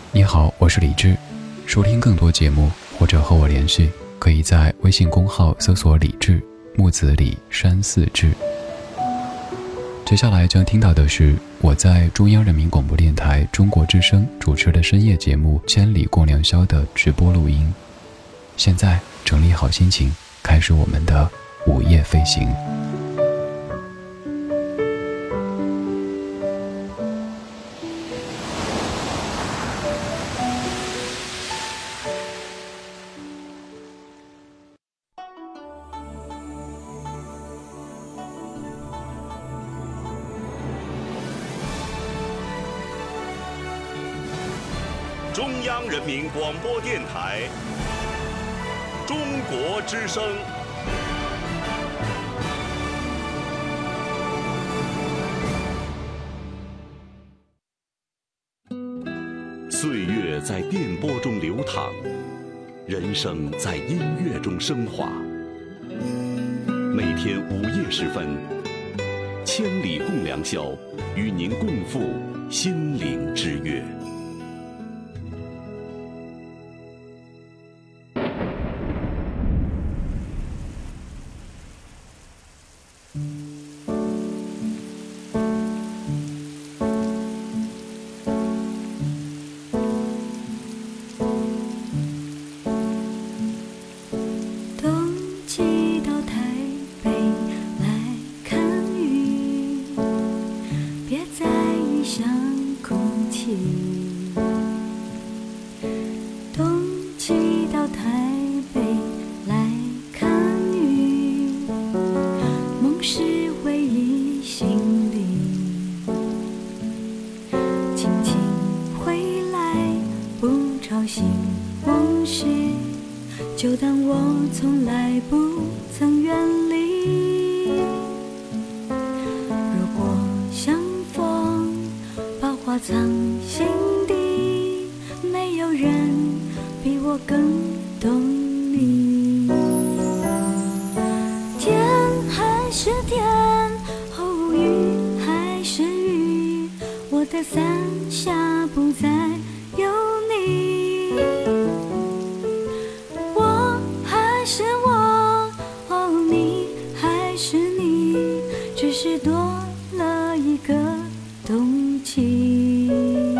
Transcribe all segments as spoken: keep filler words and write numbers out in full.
你好，我是李志。收听更多节目或者和我联系，可以在微信公号搜索李志，木子李，山寺志。接下来将听到的是我在中央人民广播电台中国之声主持的深夜节目《千里共良宵》的直播录音。现在整理好心情，开始我们的午夜飞行。 中央人民广播电台中国之声。岁月在电波中流淌，人生在音乐中升华。每天午夜时分，千里共良宵，与您共赴心灵之约。 就当我从来不曾远离。如果相逢，把话藏心底，没有人比我更懂你。天还是天，哦，雨还是雨，我的伞下不再有你。是我，哦，你还是你，只是多了一个冬季。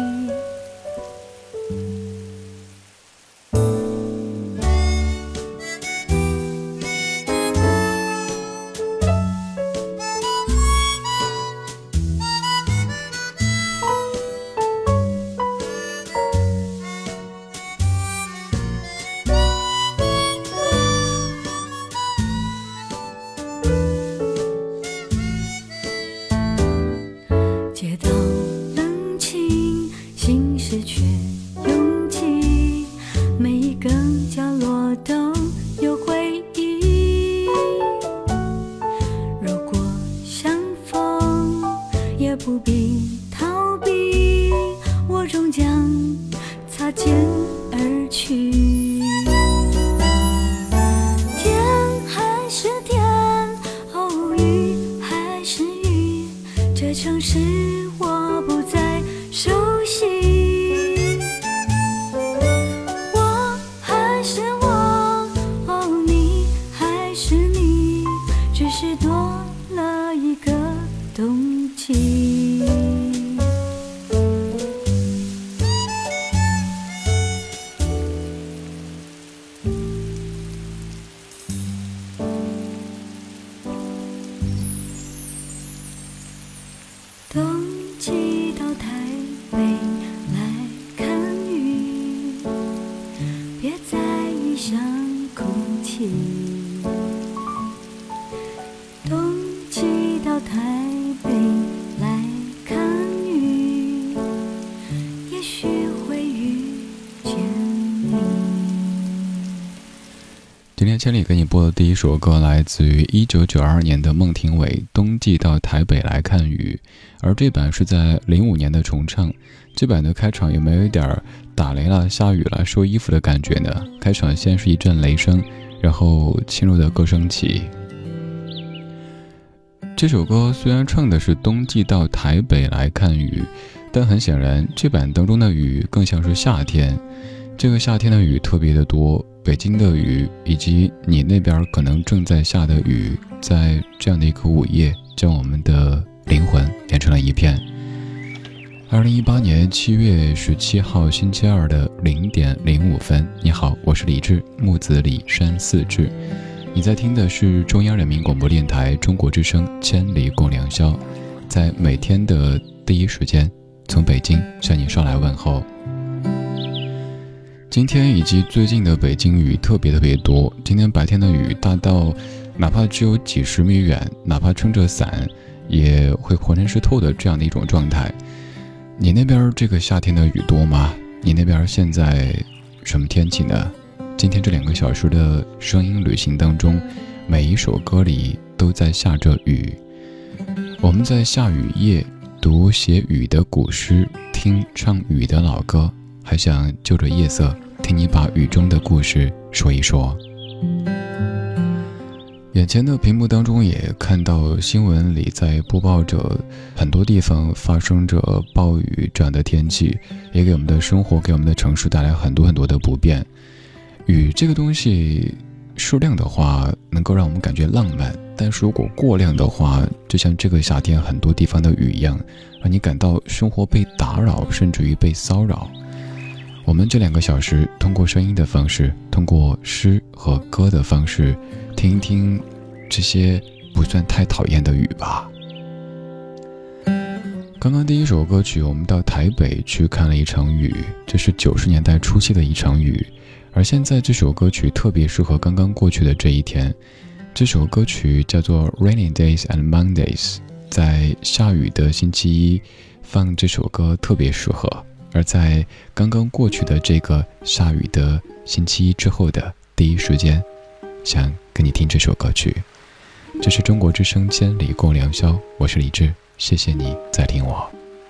冬季到台北来看雨，别在异乡哭泣。冬季到台北来看雨，也许会遇见你。 今天千里给你播的第一首歌来自于一九九二年的孟庭苇《冬季到台北来看雨》，而这版是在零五年的重唱。这版的开场有没有一点打雷了、下雨了、收衣服的感觉呢？开场先是一阵雷声，然后轻柔的歌声起。 这首歌虽然唱的是冬季到台北来看雨，但很显然这版当中的雨更像是夏天。这个夏天的雨特别的多，北京的雨以及你那边可能正在下的雨，在这样的一个午夜将我们的灵魂连成了一片。二零一八年七月十七号星期二的零点零五分，你好，我是李志，木子李山四志。你在听的是中央人民广播电台中国之声千里共良宵，在每天的第一时间从北京向你捎来问候。今天以及最近的北京雨特别特别多，今天白天的雨大到哪怕只有几十米远，哪怕撑着伞也会浑身湿透的这样的一种状态。你那边这个夏天的雨多吗？你那边现在什么天气呢？今天这两个小时的声音旅行当中，每一首歌里都在下着雨。我们在下雨夜读写雨的古诗，听唱雨的老歌，还想就着夜色听你把雨中的故事说一说。眼前的屏幕当中也看到新闻里在播报着很多地方发生着暴雨这样的天气，也给我们的生活给我们的城市带来很多很多的不便。雨这个东西适量的话能够让我们感觉浪漫，但是如果过量的话，就像这个夏天很多地方的雨一样，让你感到生活被打扰，甚至于被骚扰。我们这两个小时通过声音的方式，通过诗和歌的方式，听一听这些不算太讨厌的雨吧。刚刚第一首歌曲，我们到台北去看了一场雨，这是九十年代初期的一场雨，而现在这首歌曲特别适合刚刚过去的这一天。这首歌曲叫做 Rainy Days and Mondays， 在下雨的星期一放这首歌特别适合。而在刚刚过去的这个下雨的星期一之后的第一时间，想跟你听这首歌曲。这是中国之声千里共良宵，我是李志，谢谢你在听我。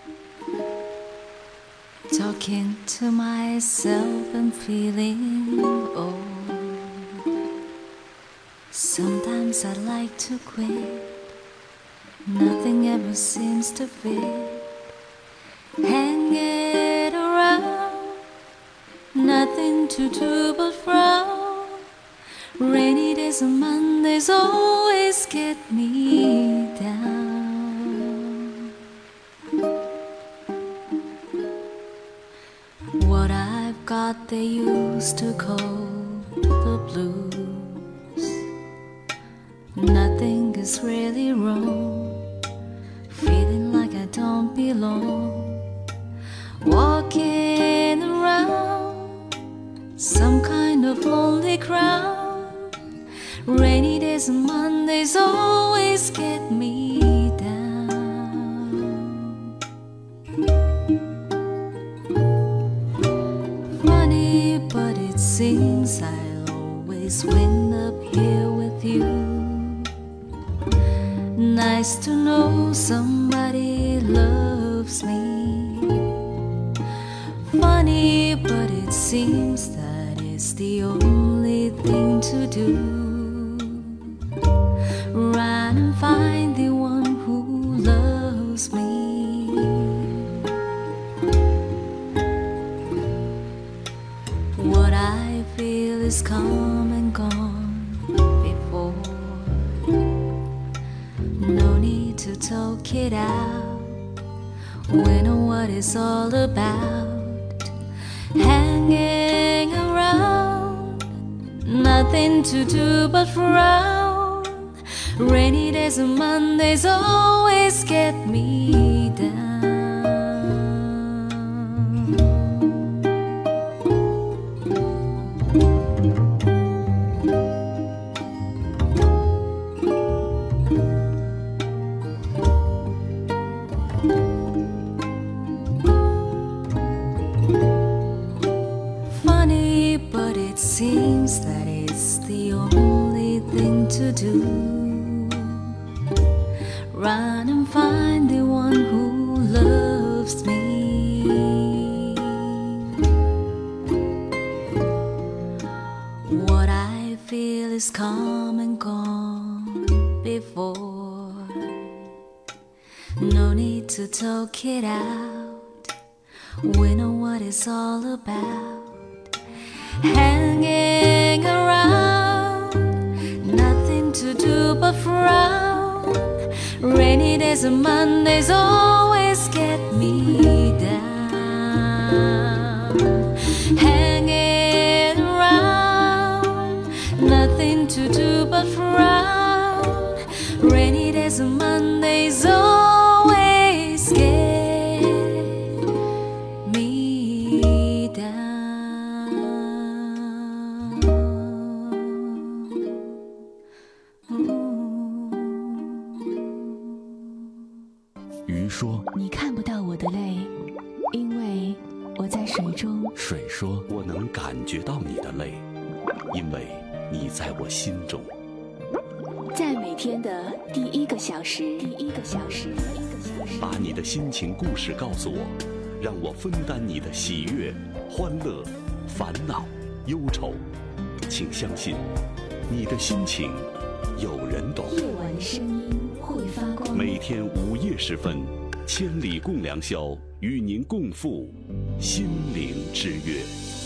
Talking to myself and feeling old. Sometimes I'd like to quit. Nothing ever seems to fit. Hanging around, nothing to do but frown. Rainy days and Mondays always get me down. What I've got they used to call the blues. Nothing is really wrong, feeling like I don't belong. Walking around some kind of lonely crowd. Rainy days and Mondays always get me down. Funny, but it seems I'll always win up here with you. Nice to know somebody loves me. Funny, but it seems that is the only thing to do. Run and find the one who loves me. What I feel is come and gone before. No need to talk it out. We know what it's all about. Hanging around, nothing to do but frown. Rainy days and Mondays always get me down. Seems that it's the only thing to do. Run and find the one who loves me. What I feel is come and gone before. to talk it out. We know what it's all about. Hanging around, nothing to do but frown. Rainy days and Mondays always get me down. Hanging around, nothing to do but frown. Rainy days and Mondays always get me down. 鱼说：“ 你看不到我的泪，因为我在水中。” 水说：“我能感觉到你的泪，因为你在我心中。” 在每天的第一个小时，第一个小时，第一个小时， 把你的心情故事告诉我，让我分担你的喜悦、欢乐、烦恼、忧愁。请相信，你的心情有人懂。 夜晚的声音会发光。 每天午夜时分，千里共良宵，与您共赴心灵之约。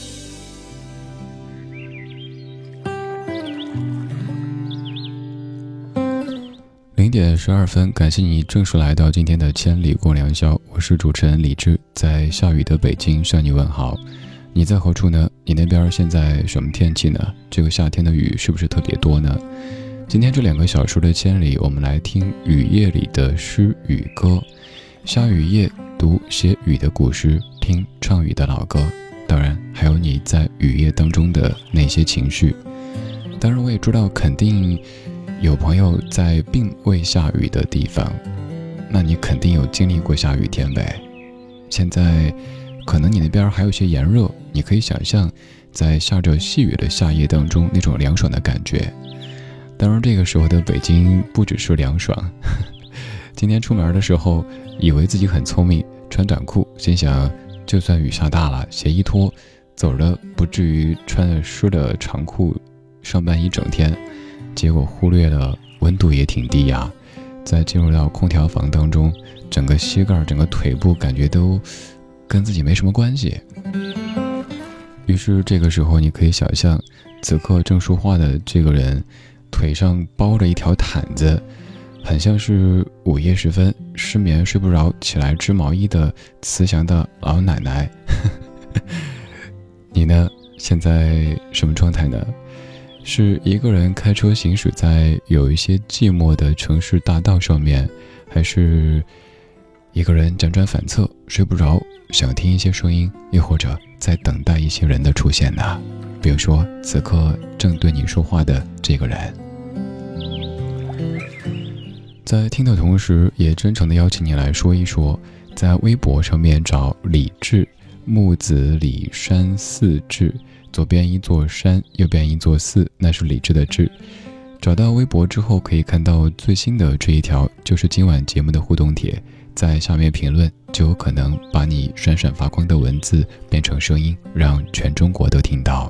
零点十二分，感谢你正式来到今天的千里共良宵，我是主持人李志，在下雨的北京向你问好。你在何处呢？你那边现在什么天气呢？这个夏天的雨是不是特别多呢？今天这两个小时的千里，我们来听雨夜里的诗与歌。下雨夜读写雨的古诗，听唱雨的老歌，当然还有你在雨夜当中的那些情绪。当然我也知道肯定有朋友在并未下雨的地方，那你肯定有经历过下雨天呗。现在可能你那边还有些炎热，你可以想象在下着细雨的夏夜当中那种凉爽的感觉。当然这个时候的北京不只是凉爽，今天出门的时候以为自己很聪明，穿短裤，心想就算雨下大了，鞋一脱，走着不至于穿了湿的长裤上班一整天，结果忽略了温度也挺低呀。在进入到空调房当中，整个膝盖整个腿部感觉都跟自己没什么关系。于是这个时候你可以想象，此刻正说话的这个人腿上包着一条毯子，很像是午夜时分失眠睡不着起来织毛衣的慈祥的老奶奶。你呢？现在什么状态呢？是一个人开车行驶在有一些寂寞的城市大道上面，还是一个人辗转反侧睡不着，想听一些声音，又或者在等待一些人的出现呢？比如说此刻正对你说话的这个人。在听的同时，也真诚地邀请你来说一说，在微博上面找李志，木子李山寺志，左边一座山，右边一座寺，那是李志的志。找到微博之后，可以看到最新的这一条，就是今晚节目的互动帖，在下面评论，就有可能把你闪闪发光的文字变成声音，让全中国都听到。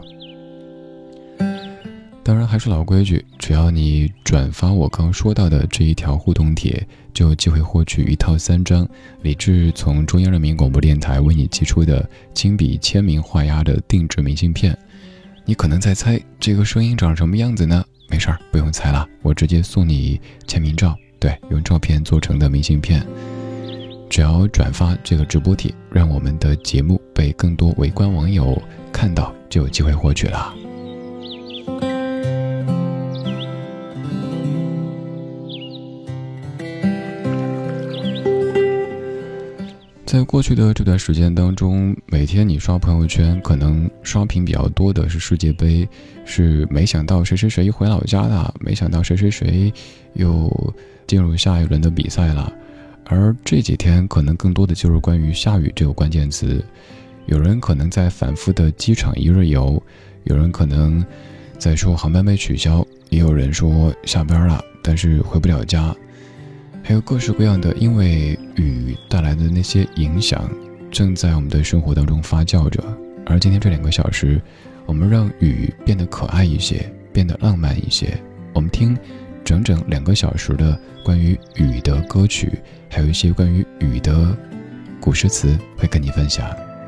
当然还是老规矩，只要你转发我刚说到的这一条互动帖，就有机会获取一套三张李志从中央人民广播电台为你寄出的亲笔签名画押的定制明信片。你可能在猜这个声音长什么样子呢？没事儿，不用猜了，我直接送你签名照，对，用照片做成的明信片。只要转发这个直播帖，让我们的节目被更多围观网友看到，就有机会获取了。在过去的这段时间当中，每天你刷朋友圈，可能刷屏比较多的是世界杯，是没想到谁谁谁回老家了，没想到谁谁谁又进入下一轮的比赛了。而这几天可能更多的就是关于下雨这个关键词，有人可能在反复的机场一日游，有人可能在说航班被取消，也有人说下班了但是回不了家，还有各式各样的因为雨带来的那些影响正在我们的生活当中发酵着。而今天这两个小时，我们让雨变得可爱一些，变得浪漫一些，我们听整整两个小时的关于雨的歌曲， 还有一些关于雨的古诗词会跟你分享。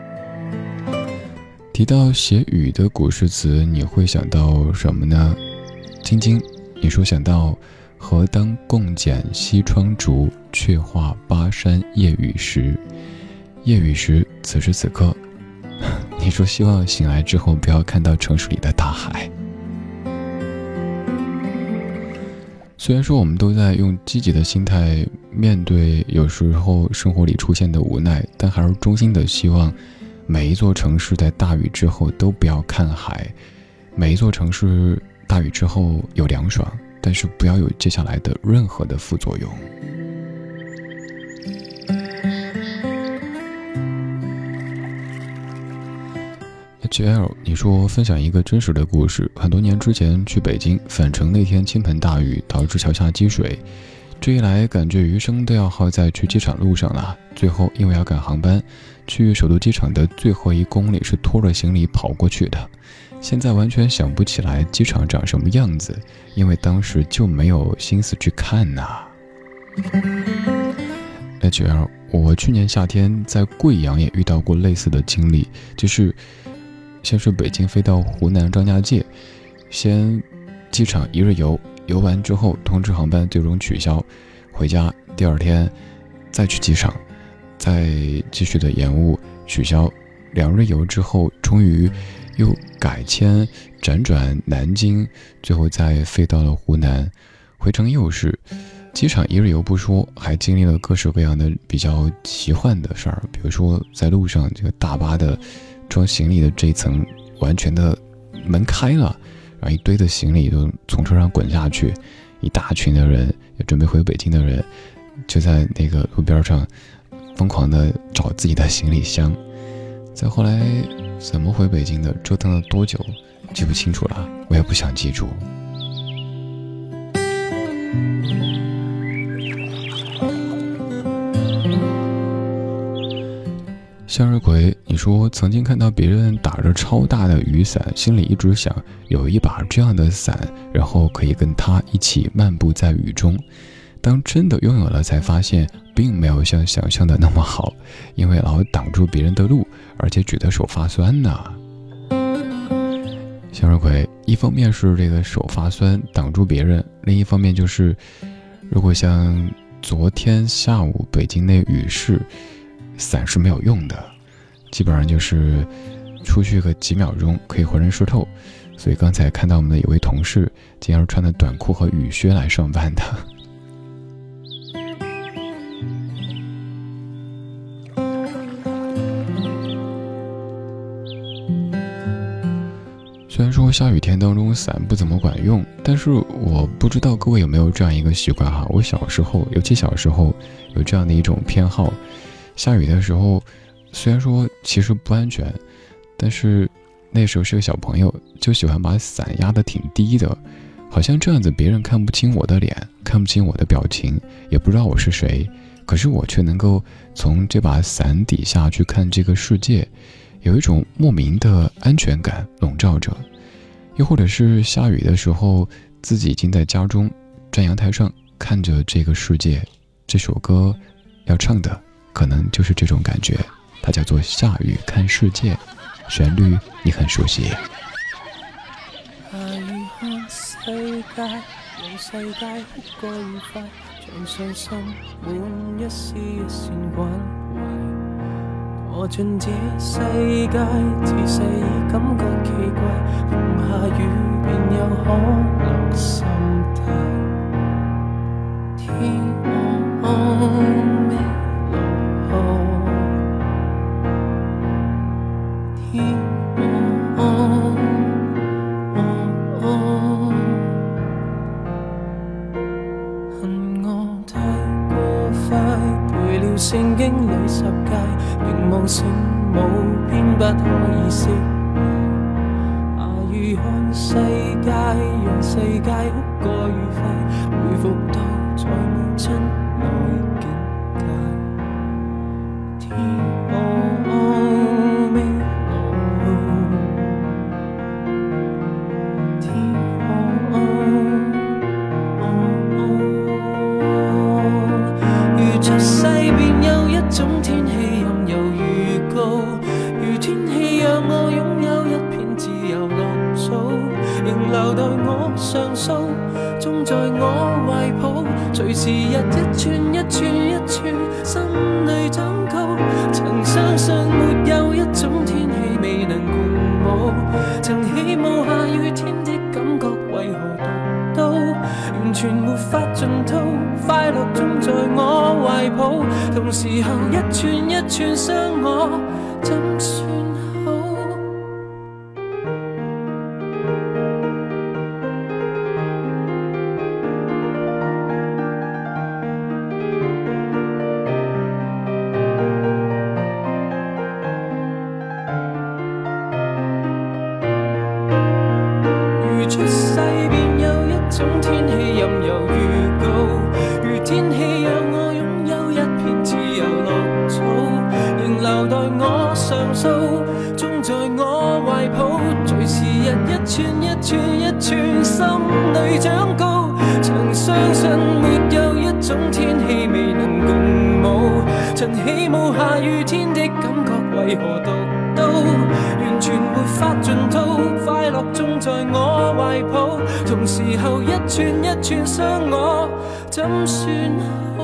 提到写雨的古诗词，你会想到什么呢？晶晶，你说想到何当共剪西窗烛，却话巴山夜雨时。夜雨时，此时此刻，你说希望醒来之后不要看到城市里的大海。虽然说我们都在用积极的心态面对有时候生活里出现的无奈，但还是衷心的希望每一座城市在大雨之后都不要看海，每一座城市大雨之后有凉爽，但是不要有接下来的任何的副作用。H L， 你说分享一个真实的故事。很多年之前去北京，返程那天倾盆大雨，导致桥下积水。这一来，感觉余生都要耗在去机场路上了。最后因为要赶航班，去首都机场的最后一公里是拖着行李跑过去的。现在完全想不起来机场长什么样子，因为当时就没有心思去看呐、啊。H L， 我去年夏天在贵阳也遇到过类似的经历，就是先是北京飞到湖南张家界，先机场一日游，游完之后通知航班最终取消，回家第二天再去机场，再继续的延误取消，两日游之后终于又改签辗转南京，最后再飞到了湖南。回程又是机场一日游不说，还经历了各式各样的比较奇幻的事儿，比如说在路上这个大巴的装行李的这一层完全的门开了，然后一堆的行李都从车上滚下去，一大群的人也准备回北京的人就在那个路边上疯狂的找自己的行李箱。再后来怎么回北京的，折腾了多久记不清楚了，我也不想记住。向日葵，你说曾经看到别人打着超大的雨伞，心里一直想有一把这样的伞，然后可以跟他一起漫步在雨中。当真的拥有了，才发现并没有像想象的那么好，因为老挡住别人的路，而且举得手发酸呢。向日葵，一方面是这个手发酸挡住别人，另一方面就是如果像昨天下午北京那雨势，伞是没有用的，基本上就是出去个几秒钟可以浑身湿透。所以刚才看到我们的有位同事竟然是穿的短裤和雨靴来上班的。虽然说下雨天当中伞不怎么管用，但是我不知道各位有没有这样一个习惯哈。我小时候，尤其小时候有这样的一种偏好，下雨的时候虽然说其实不安全，但是那时候是个小朋友，就喜欢把伞压得挺低的，好像这样子别人看不清我的脸，看不清我的表情，也不知道我是谁，可是我却能够从这把伞底下去看这个世界，有一种莫名的安全感笼罩着。又或者是下雨的时候，自己已经在家中站阳台上看着这个世界，这首歌要唱的可能就是这种感觉，它叫做《下雨看世界》，旋律你很熟悉。 下雨看世界，讓世界哭過愉快，像上心滿一絲一線關懷。我進這世界，自細已感覺奇怪，逢下雨便有可樂心態。天未落，天恨我太過快，背了聖經裏十誡，凝望聖母偏不可以釋懷。下雨看世界，讓世界哭過愉快，回復到在母親內境界。天未落，天遇着世時日一寸一寸一寸，心裏長高。曾相信沒有一種天氣未能共舞，曾起舞下雨天的感覺為何獨到，完全沒法盡吐，快樂總在我懷抱，同時候一寸一寸傷我，怎算好？出世便有一種天氣任由預告，如天氣讓我擁有一片自由綠草，仍留待我上訴，終在我懷抱，隨時日一寸一寸一寸心裏長高。曾相信沒有一種天氣未能共舞，曾起舞下雨天的感覺為何獨到，完全沒法盡吐，快樂總在我懷抱，同時候一寸一寸傷我，怎算好？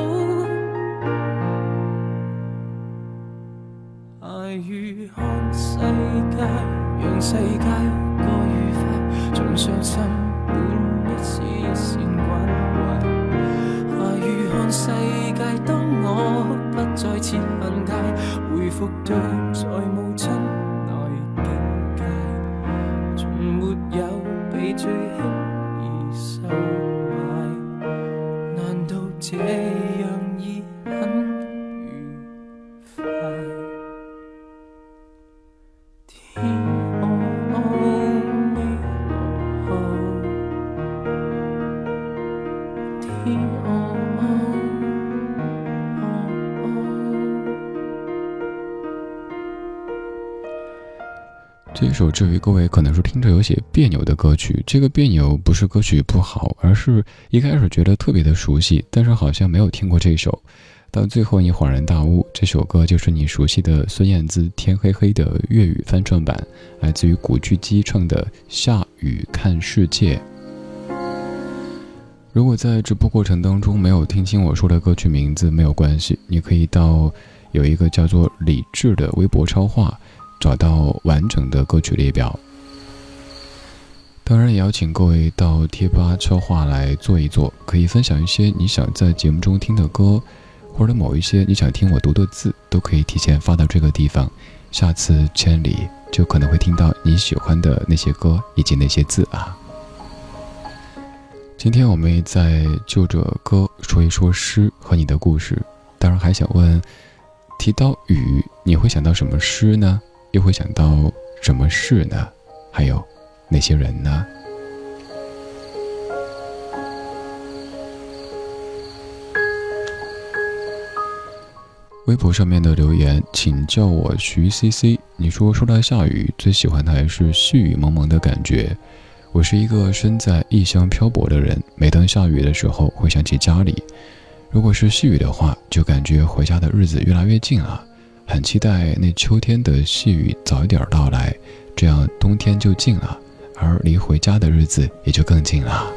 捱如看世界，讓世界過愉快，像傷心般一絲一線關懷。捱如看世界，當我不再設限界，回復對在母親內境界，從沒有被最輕易收買，難道這樣已很愉快？天哦哦未落後，天哦哦哦哦。 这首至于各位可能是听着有些别扭的歌曲，这个别扭不是歌曲不好，而是一开始觉得特别的熟悉，但是好像没有听过这首，到最后你恍然大悟，这首歌就是你熟悉的孙燕姿《天黑黑》的粤语翻唱版，来自于古巨基唱的《下雨看世界》。如果在直播过程当中没有听清我说的歌曲名字，没有关系，你可以到有一个叫做李志的微博超话，找到完整的歌曲列表。当然也邀请各位到贴吧超话来做一做，可以分享一些你想在节目中听的歌，或者某一些你想听我读的字，都可以提前发到这个地方，下次千里就可能会听到你喜欢的那些歌以及那些字啊。今天我们也在就着歌说一说诗和你的故事，当然还想问，提到雨你会想到什么诗呢？又会想到什么事呢？还有哪些人呢？微博上面的留言，请叫我徐 C C。 你说说到下雨，最喜欢的还是细雨蒙蒙的感觉。我是一个身在异乡漂泊的人，每当下雨的时候会想起家里，如果是细雨的话，就感觉回家的日子越来越近了，很期待那秋天的细雨早一点到来，这样冬天就近了，而离回家的日子也就更近了。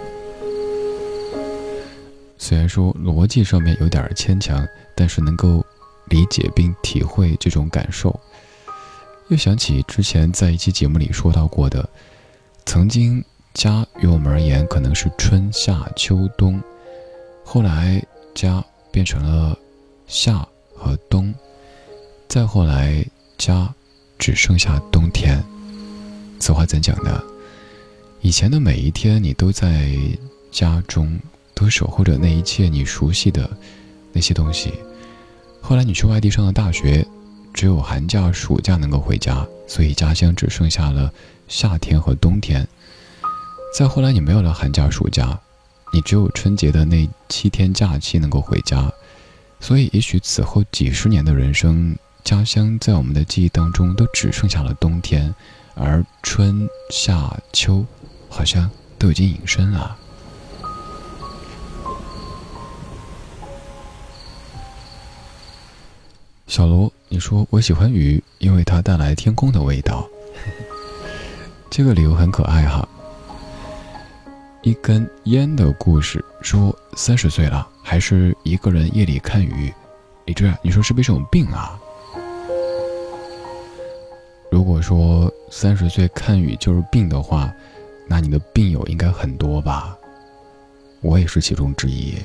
虽然说逻辑上面有点牵强，但是能够理解并体会这种感受。又想起之前在一期节目里说到过的，曾经家于我们而言可能是春夏秋冬，后来家变成了夏和冬，再后来家只剩下冬天。此话怎讲呢？以前的每一天你都在家中，都守候着那一切你熟悉的那些东西。后来你去外地上了大学，只有寒假暑假能够回家，所以家乡只剩下了夏天和冬天。再后来你没有了寒假暑假，你只有春节的那七天假期能够回家，所以也许此后几十年的人生，家乡在我们的记忆当中都只剩下了冬天，而春夏秋好像都已经隐身了。小罗，你说我喜欢雨，因为它带来天空的味道。这个理由很可爱哈。一根烟的故事说，三十岁了， 还是一个人夜里看雨？李志，你说是不是有病啊？如果说三十岁看雨就是病的话，那你的病友应该很多吧？我也是其中之一。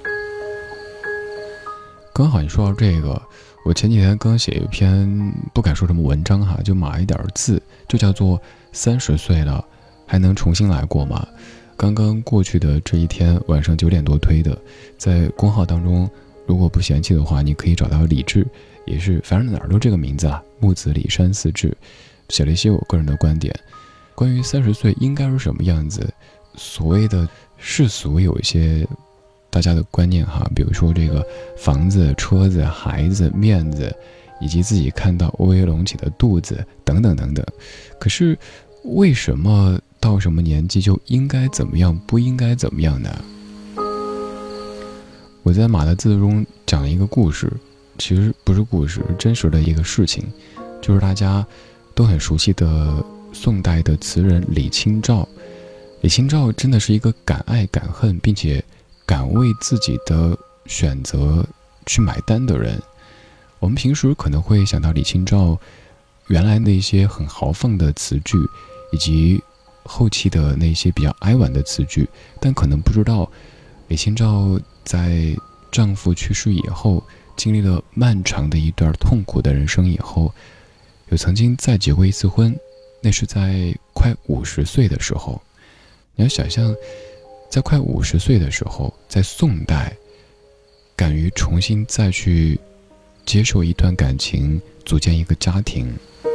刚好你说到这个，我前几天刚写一篇，不敢说什么文章哈，就码一点字，就叫做三十岁了还能重新来过吗？刚刚过去的这一天晚上九点多推的，在公号当中，如果不嫌弃的话，你可以找到李志，也是反正哪儿都这个名字啊，木子李山四志，写了一些我个人的观点，关于三十岁应该是什么样子。所谓的世俗有一些大家的观念哈，比如说这个房子、车子、孩子、面子，以及自己看到微微隆起的肚子等等等等。可是为什么到什么年纪就应该怎么样，不应该怎么样呢？我在马的字中讲了一个故事，其实不是故事，是真实的一个事情，就是大家都很熟悉的宋代的词人李清照。李清照真的是一个敢爱敢恨，并且敢为自己的选择去买单的人。我们平时可能会想到李清照原来那些很豪放的词句，以及后期的那些比较哀婉的词句，但可能不知道李清照在丈夫去世以后，经历了漫长的一段痛苦的人生以后，有曾经再结过一次婚，那是在快五十岁的时候。你要想象，在快五十岁的时候，在宋代，敢于重新再去接受一段感情，组建一个家庭。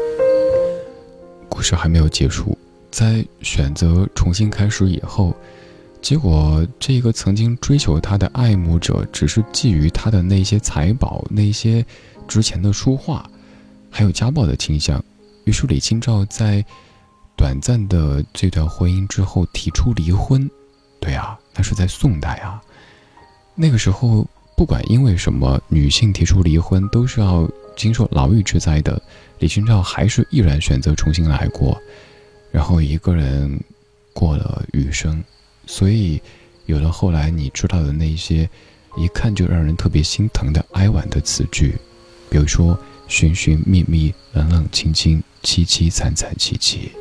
故事还没有结束，在选择重新开始以后，结果这个曾经追求他的爱慕者，只是觊觎他的那些财宝、那些值钱的书画，还有家暴的倾向。于是李清照在短暂的这段婚姻之后提出离婚。对啊，那是在宋代啊。那个时候不管因为什么，女性提出离婚都是要经受牢狱之灾的。李清照还是毅然选择重新来过，然后一个人过了余生。所以有了后来你知道的那些一看就让人特别心疼的哀婉的词句，比如说寻寻觅觅，冷冷清清，凄凄惨惨戚戚。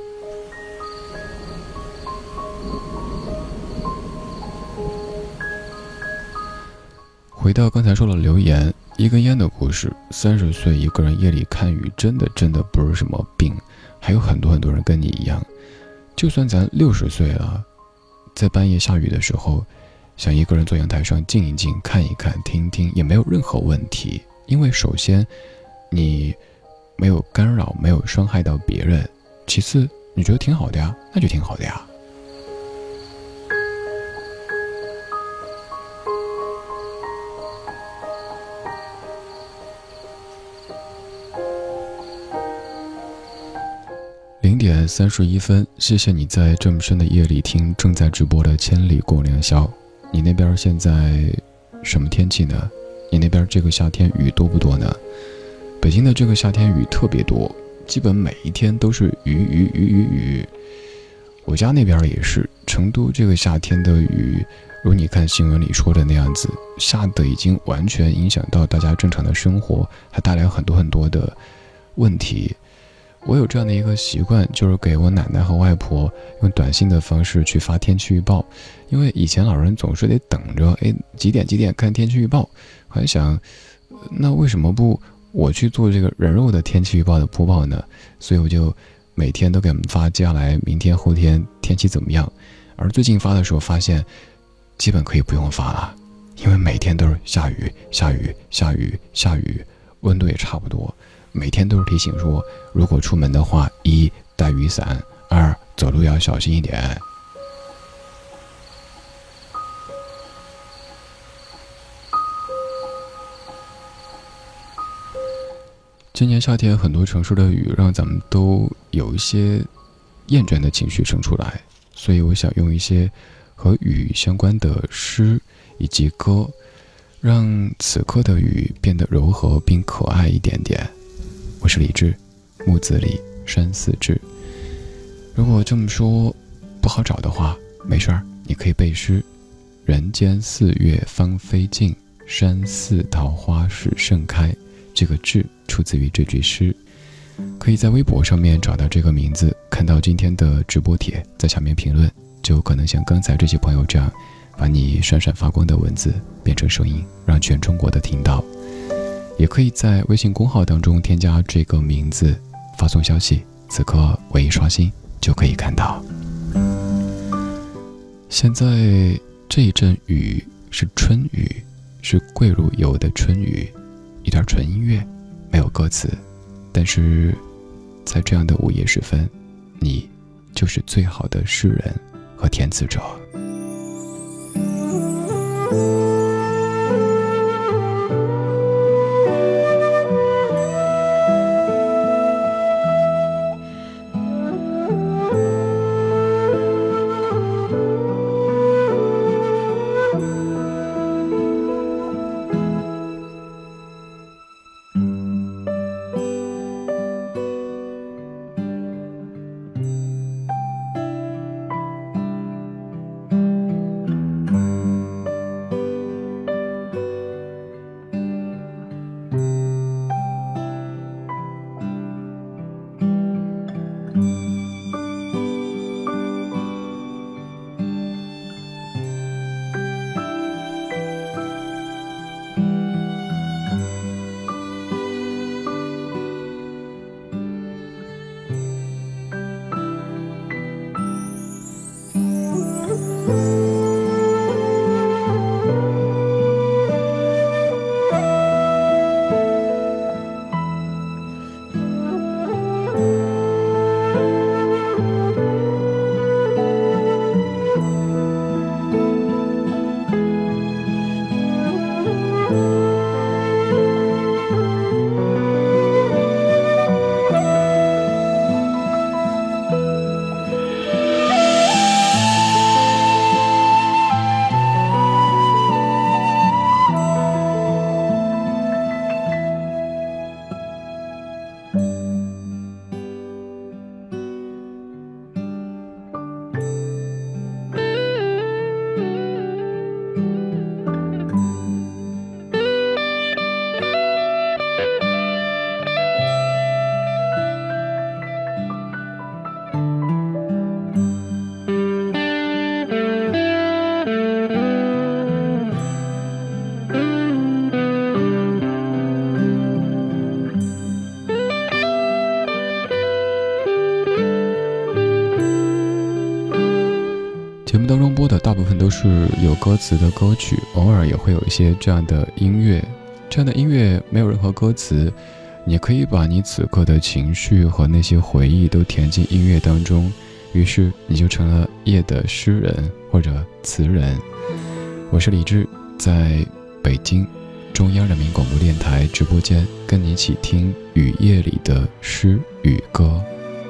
回到刚才说的留言，一根烟的故事，三十岁一个人夜里看雨，真的真的不是什么病。还有很多很多人跟你一样，就算咱六十岁了，在半夜下雨的时候，想一个人坐阳台上静一静，看一看，听一听，也没有任何问题。因为首先你没有干扰，没有伤害到别人，其次你觉得挺好的呀，那就挺好的呀。零点三十一分，谢谢你在这么深的夜里听正在直播的千里共良宵。你那边现在什么天气呢？你那边这个夏天雨多不多呢？北京的这个夏天雨特别多，基本每一天都是雨雨雨雨雨。我家那边也是，成都这个夏天的雨，如你看新闻里说的那样子，下的已经完全影响到大家正常的生活，还带来很多很多的问题。我有这样的一个习惯，就是给我奶奶和外婆用短信的方式去发天气预报，因为以前老人总是得等着，哎，几点几点看天气预报。我还想，那为什么不我去做这个人肉的天气预报的播报呢？所以我就每天都给他们发接下来明天后天天气怎么样。而最近发的时候发现，基本可以不用发了，因为每天都是下雨下雨下雨下雨，温度也差不多。每天都是提醒说，如果出门的话，一带雨伞，二走路要小心一点。今年夏天很多城市的雨让咱们都有一些厌倦的情绪生出来，所以我想用一些和雨相关的诗以及歌，让此刻的雨变得柔和并可爱一点点。我是李志，木子李，山寺志。如果这么说不好找的话，没事儿，你可以背诗， 人间四月芳菲尽，山寺桃花始盛开。这个志出自于这句诗，可以在微博上面找到这个名字，看到今天的直播帖，在下面评论，就有可能像刚才这些朋友这样，把你闪闪发光的文字变成声音，让全中国的听到。也可以在微信公号当中添加这个名字，发送消息，此刻我一刷新就可以看到。现在这一阵雨是春雨，是桂如油的春雨，一段纯音乐，没有歌词，但是在这样的午夜时分，你就是最好的诗人和填词者。节目当中播的大部分都是有歌词的歌曲，偶尔也会有一些这样的音乐。这样的音乐没有任何歌词，你可以把你此刻的情绪和那些回忆都填进音乐当中，于是你就成了夜的诗人或者词人。我是李志，在北京中央人民广播电台直播间跟你一起听雨夜里的诗与歌。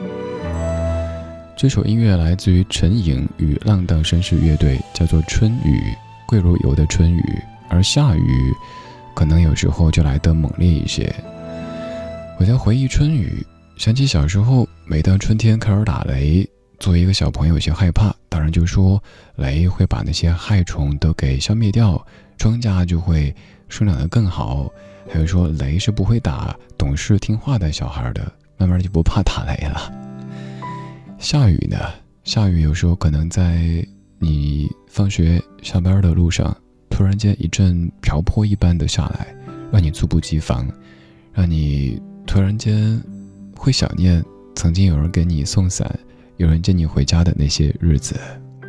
这首音乐来自于陈颖与浪荡绅士乐队，叫做春雨，桂如油的春雨。而下雨可能有时候就来得猛烈一些。我在回忆春雨，想起小时候每当春天开始打雷，作为一个小朋友有些害怕，大人就说雷会把那些害虫都给消灭掉，庄稼就会生长得更好，还有说雷是不会打懂事听话的小孩的，慢慢就不怕打雷了。下雨呢，下雨有时候可能在你放学下班的路上，突然间一阵瓢泼一般的下来，让你猝不及防，让你突然间会想念曾经有人给你送伞，有人接你回家的那些日子。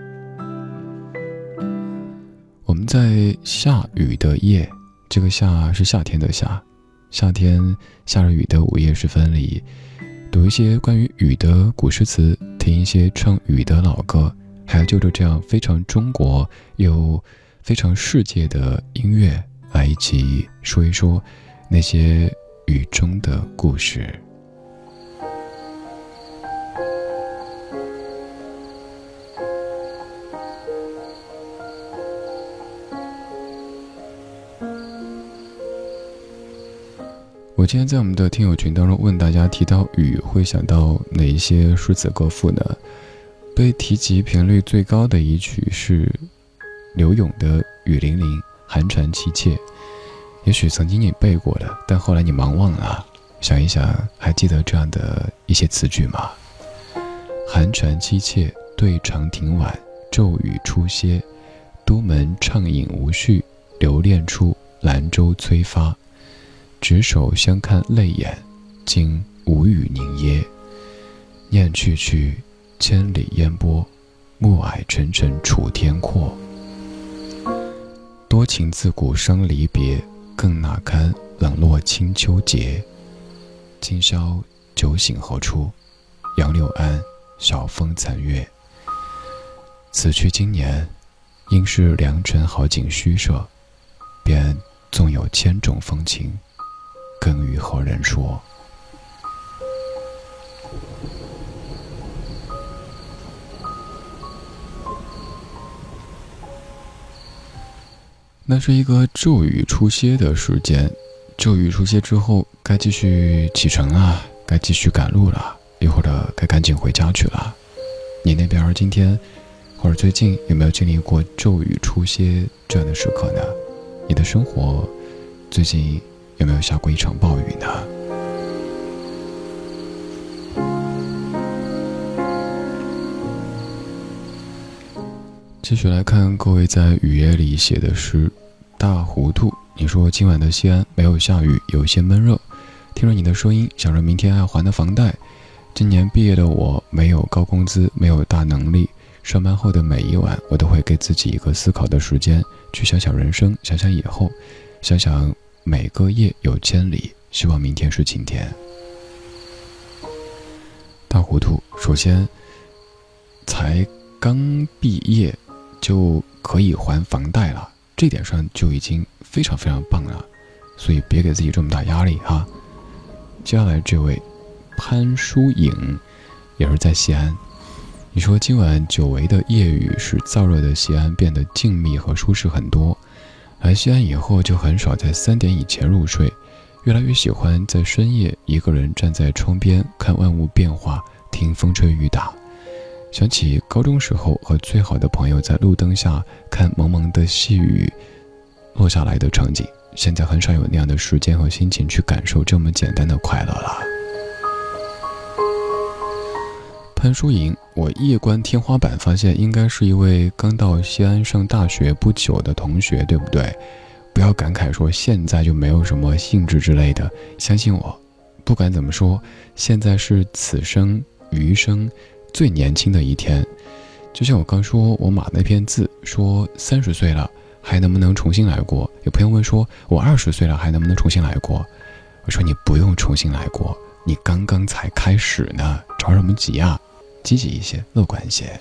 我们在下雨的夜，这个夏是夏天的夏，夏天下着雨的午夜时分里，读一些关于雨的古诗词，听一些唱雨的老歌，还有就着这样非常中国又非常世界的音乐，来一起说一说那些雨中的故事。我今天在我们的听友群当中问大家，提到雨会想到哪一些诗词歌赋呢？被提及频率最高的一曲是柳永的雨霖铃，寒蝉凄切。也许曾经你背过的，但后来你忙忘了，想一想，还记得这样的一些词句吗？寒蝉凄切，对长亭晚，骤雨初歇。都门畅饮无绪，留恋处，兰舟催发。执手相看泪眼，竟无语凝噎。念去去，千里烟波，暮霭沉沉楚天阔。多情自古伤离别，更那堪冷落清秋节。今宵酒醒何处？杨柳岸，晓风残月。此去经年，应是良辰好景虚设，便纵有千种风情，更与何人说？那是一个骤雨初歇的时间，骤雨初歇之后，该继续启程了，该继续赶路了，一会儿该赶紧回家去了。你那边今天或者最近有没有经历过骤雨初歇这样的时刻呢？你的生活最近有没有下过一场暴雨呢？继续来看各位在雨夜里写的诗。大糊涂，你说今晚的西安没有下雨，有些闷热。听着你的声音，想着明天要还的房贷。今年毕业的我，没有高工资，没有大能力。上班后的每一晚，我都会给自己一个思考的时间，去想想人生，想想以后，想想每个夜有千里，希望明天是晴天。大糊涂，首先才刚毕业就可以还房贷了，这点上就已经非常非常棒了，所以别给自己这么大压力哈。接下来这位潘淑颖也是在西安，你说今晚久违的夜雨使燥热的西安变得静谧和舒适很多，来西安以后就很少在三点以前入睡，越来越喜欢在深夜一个人站在窗边看万物变化，听风吹雨打。想起高中时候和最好的朋友在路灯下看蒙蒙的细雨落下来的场景，现在很少有那样的时间和心情去感受这么简单的快乐了。潘淑颖，我夜观天花板发现应该是一位刚到西安上大学不久的同学，对不对？不要感慨说现在就没有什么兴致之类的，相信我，不管怎么说，现在是此生余生最年轻的一天。就像我刚说我码那篇字说三十岁了还能不能重新来过，有朋友问说我二十岁了还能不能重新来过，我说你不用重新来过，你刚刚才开始呢，着什么急啊，积极一些，乐观一些。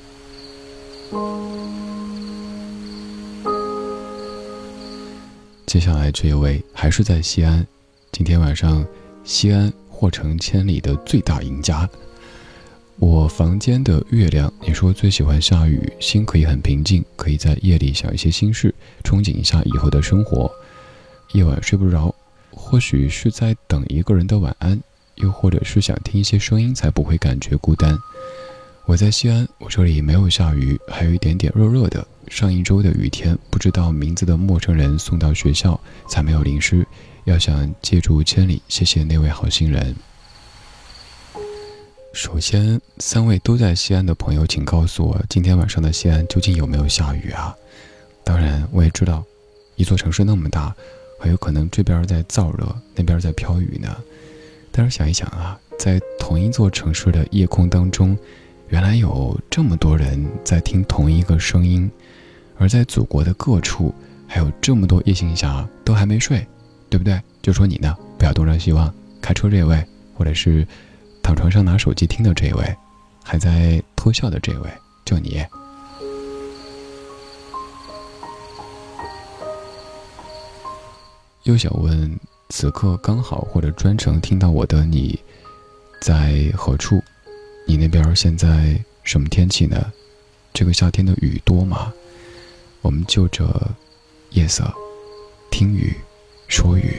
接下来这一位还是在西安，今天晚上西安或成千里的最大赢家。我房间的月亮，你说最喜欢下雨，心可以很平静，可以在夜里想一些心事，憧憬一下以后的生活。夜晚睡不着，或许是在等一个人的晚安，又或者是想听一些声音才不会感觉孤单。我在西安，我这里没有下雨，还有一点点热热的。上一周的雨天，不知道名字的陌生人送到学校，才没有淋湿。要想借助千里，谢谢那位好心人。首先，三位都在西安的朋友，请告诉我，今天晚上的西安究竟有没有下雨啊？当然，我也知道，一座城市那么大，很有可能这边在燥热，那边在飘雨呢。但是想一想啊，在同一座城市的夜空当中，原来有这么多人在听同一个声音，而在祖国的各处，还有这么多夜行侠都还没睡，对不对？就说你呢，不要东张西望，开车这位，或者是躺床上拿手机听的这位，还在偷笑的这位，就你。又想问，此刻刚好或者专程听到我的你在何处？你那边现在什么天气呢？这个夏天的雨多吗？我们就着夜色听雨说雨。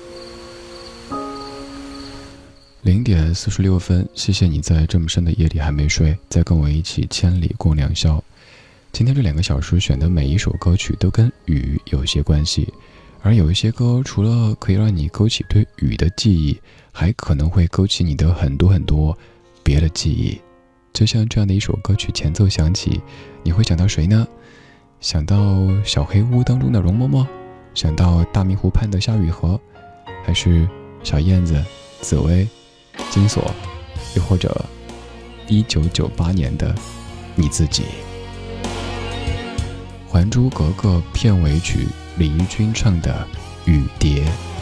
零点四十六分，谢谢你在这么深的夜里还没睡，再跟我一起千里共良宵。 今天这两个小时选的每一首歌曲都跟雨有些关系，而有一些歌除了可以让你勾起对雨的记忆，还可能会勾起你的很多很多别的记忆。就像这样的一首歌曲前奏响起，你会想到谁呢？想到小黑屋当中的容嬷嬷，想到大明湖畔的夏雨荷，还是小燕子、紫薇、金锁，又或者一九九八年的你自己。《还珠格格》片尾曲，李翊君唱的《雨蝶》。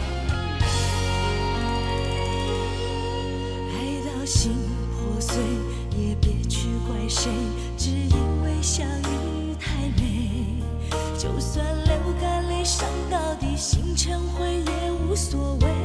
爱到心破碎，也别去怪谁，只因为相遇太美。就算流干泪伤到底，心成灰也无所谓。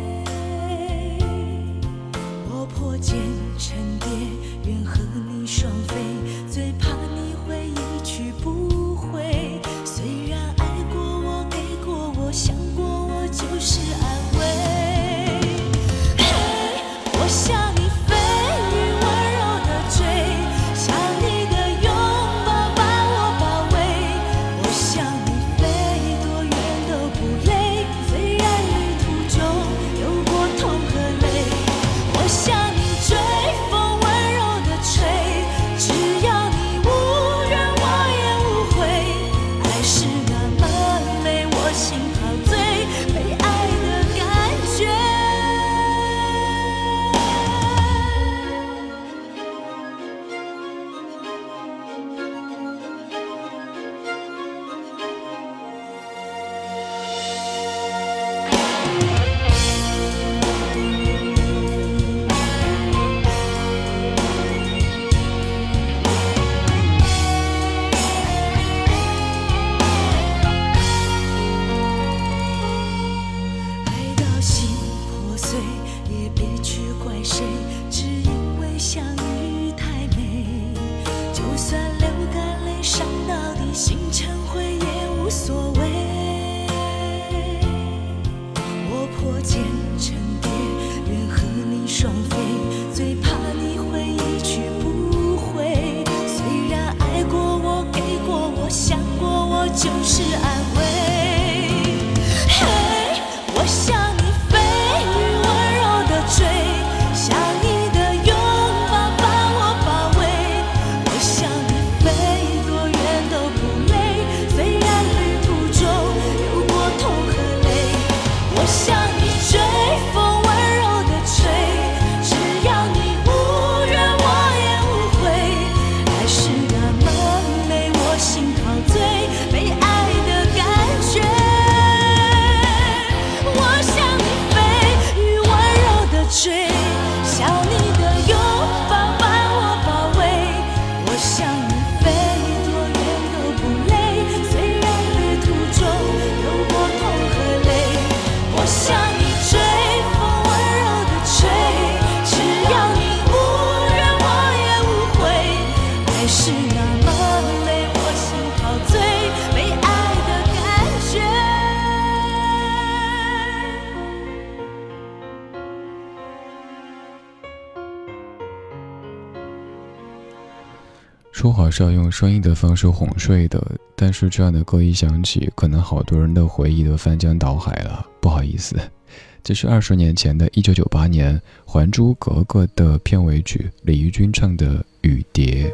我破茧成蝶，愿和你双飞，最怕你会一去不回。虽然爱过我，给过我，想过我，就是安慰。嘿，我想你飞于温柔的追，想你的拥抱把我包围。我想你飞多远都不累，虽然旅途中有过痛和泪。我想你追风温柔的吹，只要你无怨我也无悔。爱是那么累，我心陶醉，被爱的感觉。爱到心破碎，也别去怪谁，只因为相遇太美。就算流干泪伤到底，心成灰也无所谓。我破茧成蝶，愿和你双飞，最怕你会一去不回。虽然爱过我，给过我，想过我，就是安慰。嘿，我想你飞于温柔的追，想你的拥抱把我包围。我想你飞多远都不累，虽然旅途中有过痛和泪。我想你追风温柔的吹，只要你无怨我也无悔。爱是那么累，我心陶醉，被爱的感觉。我想你飞于温柔的追，想你的拥抱把我包围。我想你飞多远都不累，虽然旅途中有过痛和泪。我想你追风温柔的吹，只要你无怨我也无悔。爱是那么累，我心陶醉，被爱的感觉。 说好是要用声音的方式哄睡的，但是这样的歌一响起，可能好多人的回忆都翻江倒海了，不好意思。这是二十年前的一九九八年《还珠格格》的片尾曲，李翊君唱的《雨蝶》。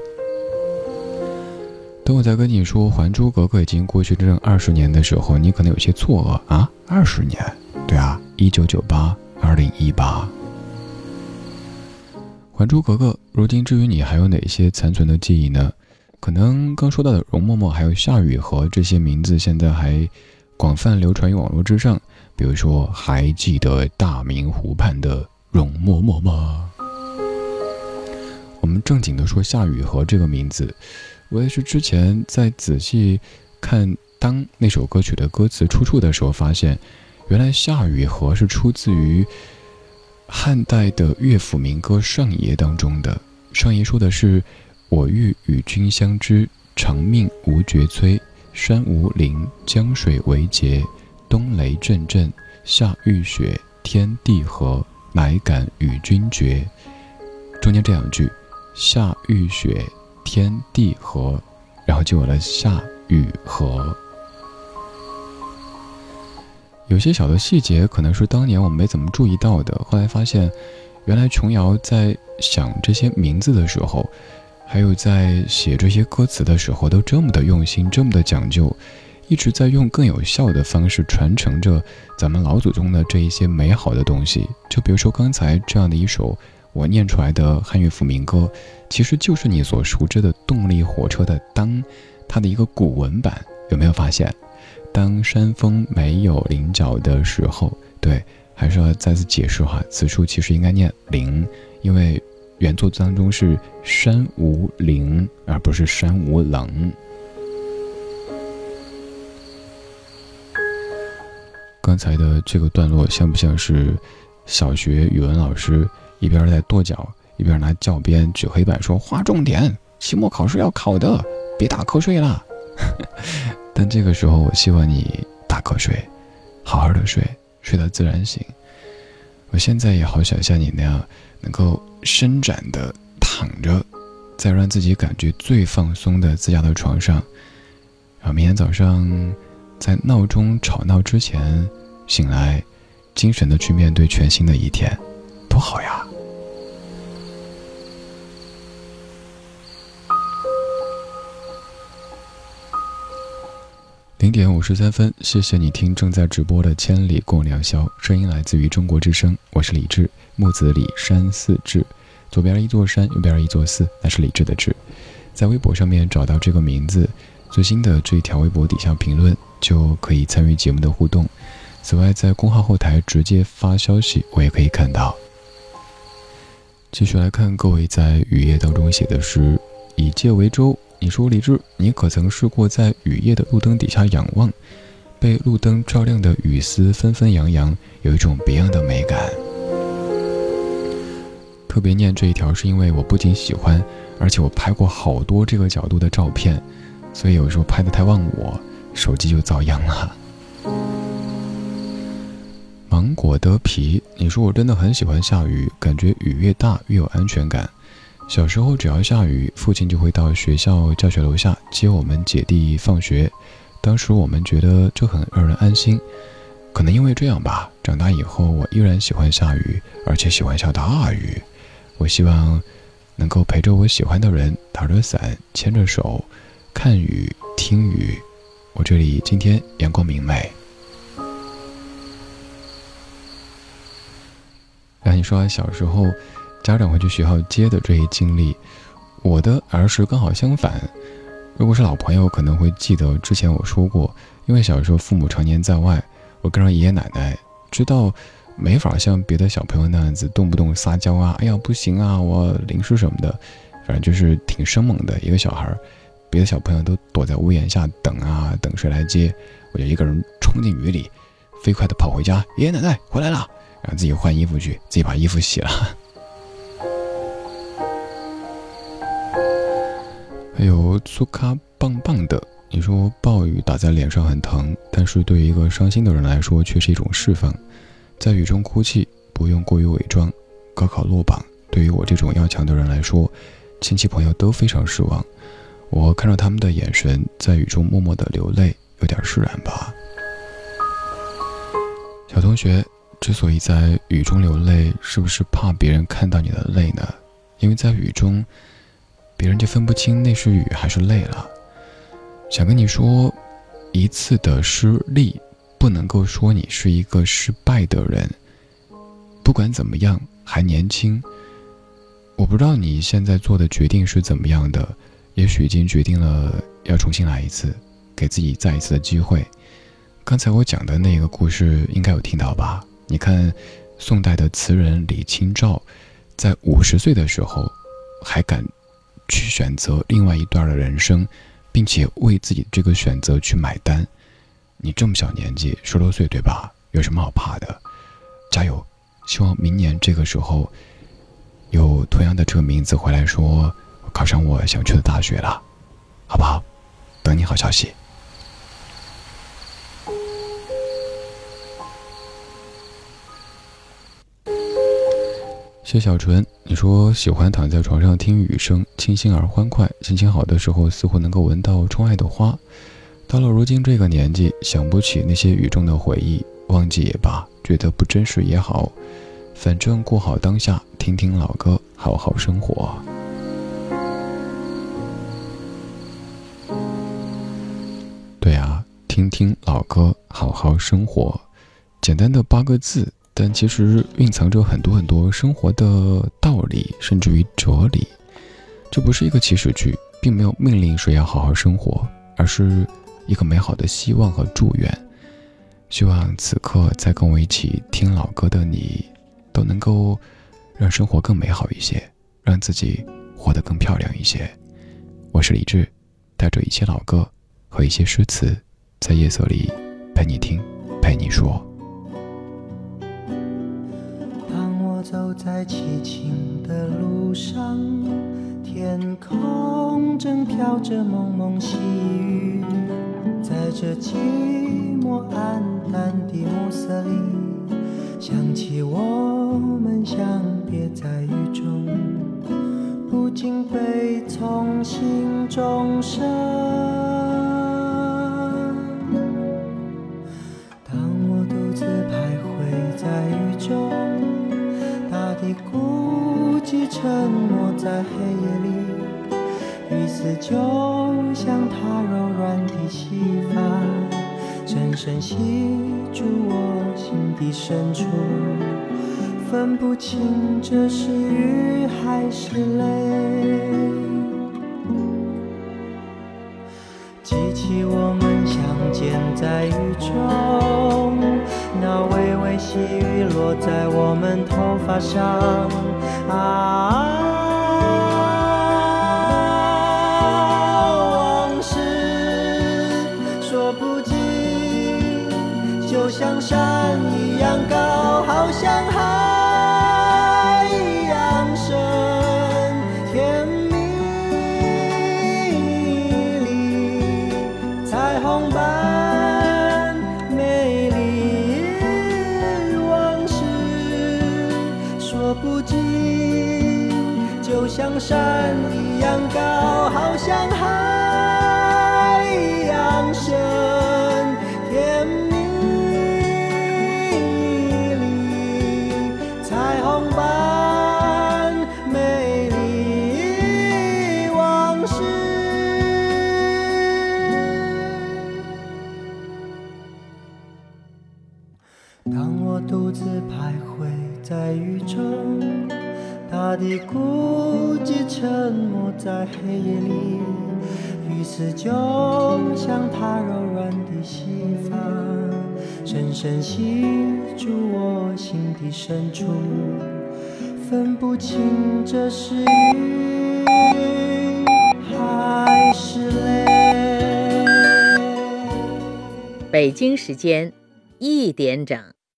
等我在跟你说《还珠格格》已经过去整整二十年的时候，你可能有些错愕啊，二十年？对啊，一九九八，二零一八。《还珠格格》如今至于你还有哪些残存的记忆呢？可能刚说到的容嬷嬷还有夏雨荷这些名字现在还广泛流传于网络之上，比如说还记得大明湖畔的容嬷嬷吗？我们正经的说夏雨荷这个名字，我也是之前在仔细看当那首歌曲的歌词出处的时候发现，原来夏雨荷是出自于汉代的乐府民歌《上爷》当中的。上爷说的是：我欲与君相知，长命无绝摧。山无陵，江水为竭。冬雷阵阵，夏雨雪，天地合，乃敢与君绝。中间这两句：夏雨雪，天地合， 然后就有了下雨和。有些小的细节可能是当年我们没怎么注意到的，后来发现原来琼瑶在想这些名字的时候，还有在写这些歌词的时候，都这么的用心，这么的讲究，一直在用更有效的方式传承着咱们老祖宗的这一些美好的东西。就比如说刚才这样的一首我念出来的汉乐府民歌，其实就是你所熟知的动力火车的当，它的一个古文版。有没有发现，当山峰没有棱角的时候，对，还是要再次解释哈，此处其实应该念棱，因为原作当中是山无棱，而不是山无棱。刚才的这个段落像不像是小学语文老师一边在跺脚，一边拿教鞭指黑板说划重点，期末考试要考的，别打瞌睡啦。但这个时候我希望你打瞌睡，好好的睡，睡到自然醒。我现在也好想像你那样能够伸展的躺着，再让自己感觉最放松的自家的床上，然后明天早上在闹钟吵闹之前醒来，精神的去面对全新的一天，多好呀。零点五十三分，谢谢你听正在直播的千里共良宵，声音来自于中国之声，我是李志，木子李山寺志，左边一座山，右边一座寺，那是李志的志。在微博上面找到这个名字，最新的这一条微博底下评论就可以参与节目的互动。此外，在公号后台直接发消息，我也可以看到。继续来看各位在雨夜当中写的诗，以借为舟。你说李志，你可曾试过在雨夜的路灯底下仰望，被路灯照亮的雨丝纷纷扬扬，有一种别样的美感。特别念这一条是因为我不仅喜欢，而且我拍过好多这个角度的照片，所以有时候拍得太忘我，手机就遭殃了。芒果的皮，你说我真的很喜欢下雨，感觉雨越大越有安全感。小时候只要下雨，父亲就会到学校教学楼下接我们姐弟放学，当时我们觉得这很让人安心。可能因为这样吧，长大以后我依然喜欢下雨，而且喜欢下大雨。我希望能够陪着我喜欢的人，打着伞，牵着手，看雨听雨。我这里今天阳光明媚。然后你说小时候家长会去学校接的这一经历，我的儿时刚好相反。如果是老朋友可能会记得之前我说过，因为小时候父母常年在外，我跟上爷爷奶奶，知道没法像别的小朋友那样子动不动撒娇啊，哎呀不行啊，我淋湿什么的，反正就是挺生猛的一个小孩。别的小朋友都躲在屋檐下等啊等谁来接，我就一个人冲进雨里，飞快地跑回家，爷爷奶奶回来了，然后自己换衣服去，自己把衣服洗了。还有粗咖棒棒的，你说暴雨打在脸上很疼，但是对于一个伤心的人来说却是一种释放。在雨中哭泣，不用过于伪装。高考落榜，对于我这种要强的人来说，亲戚朋友都非常失望。我看到他们的眼神，在雨中默默的流泪，有点释然吧。小同学之所以在雨中流泪，是不是怕别人看到你的泪呢？因为在雨中别人就分不清那是雨还是泪了。想跟你说，一次的失利不能够说你是一个失败的人。不管怎么样，还年轻，我不知道你现在做的决定是怎么样的，也许已经决定了要重新来一次，给自己再一次的机会。刚才我讲的那个故事应该有听到吧？你看宋代的词人李清照，在五十岁的时候还敢去选择另外一段的人生，并且为自己这个选择去买单。你这么小年纪，十多岁对吧？有什么好怕的？加油！希望明年这个时候有同样的这个名字回来说，我考上我想去的大学了，好不好？等你好消息。 谢小纯，你说喜欢躺在床上听雨声，清新而欢快，心情好的时候似乎能够闻到窗外的花。到了如今这个年纪，想不起那些雨中的回忆，忘记也罢，觉得不真实也好，反正过好当下，听听老歌，好好生活。对啊，听听老歌，好好生活，简单的八个字，但其实蕴藏着很多很多生活的道理，甚至于哲理。这不是一个祈使句，并没有命令谁要好好生活，而是一个美好的希望和祝愿。希望此刻在跟我一起听老歌的你，都能够让生活更美好一些，让自己活得更漂亮一些。我是李志，带着一些老歌和一些诗词，在夜色里陪你听，陪你说。 当我走在凄清的路上，天空正飘着蒙蒙细雨，在这寂寞暗淡的暮色里，想起我们相别在雨中，不禁悲从心中生。当我独自徘徊在雨中，大地孤寂沉默在黑夜里，雨丝就像它柔软的细发，深深吸住我心底深处，分不清这是雨还是泪。记起我们相见在雨中，那微微细雨落在我们头发上啊，就像山一样高，好像海一样深，甜蜜里彩虹般美丽，往事说不尽，就像山一样高，好像海一样深，甜蜜独自徘徊在雨中，大地孤寂沉默在黑夜里，雨丝就像它柔软的细发，深深吸住我心底深处，分不清这是雨还是泪。 北京时间一点整。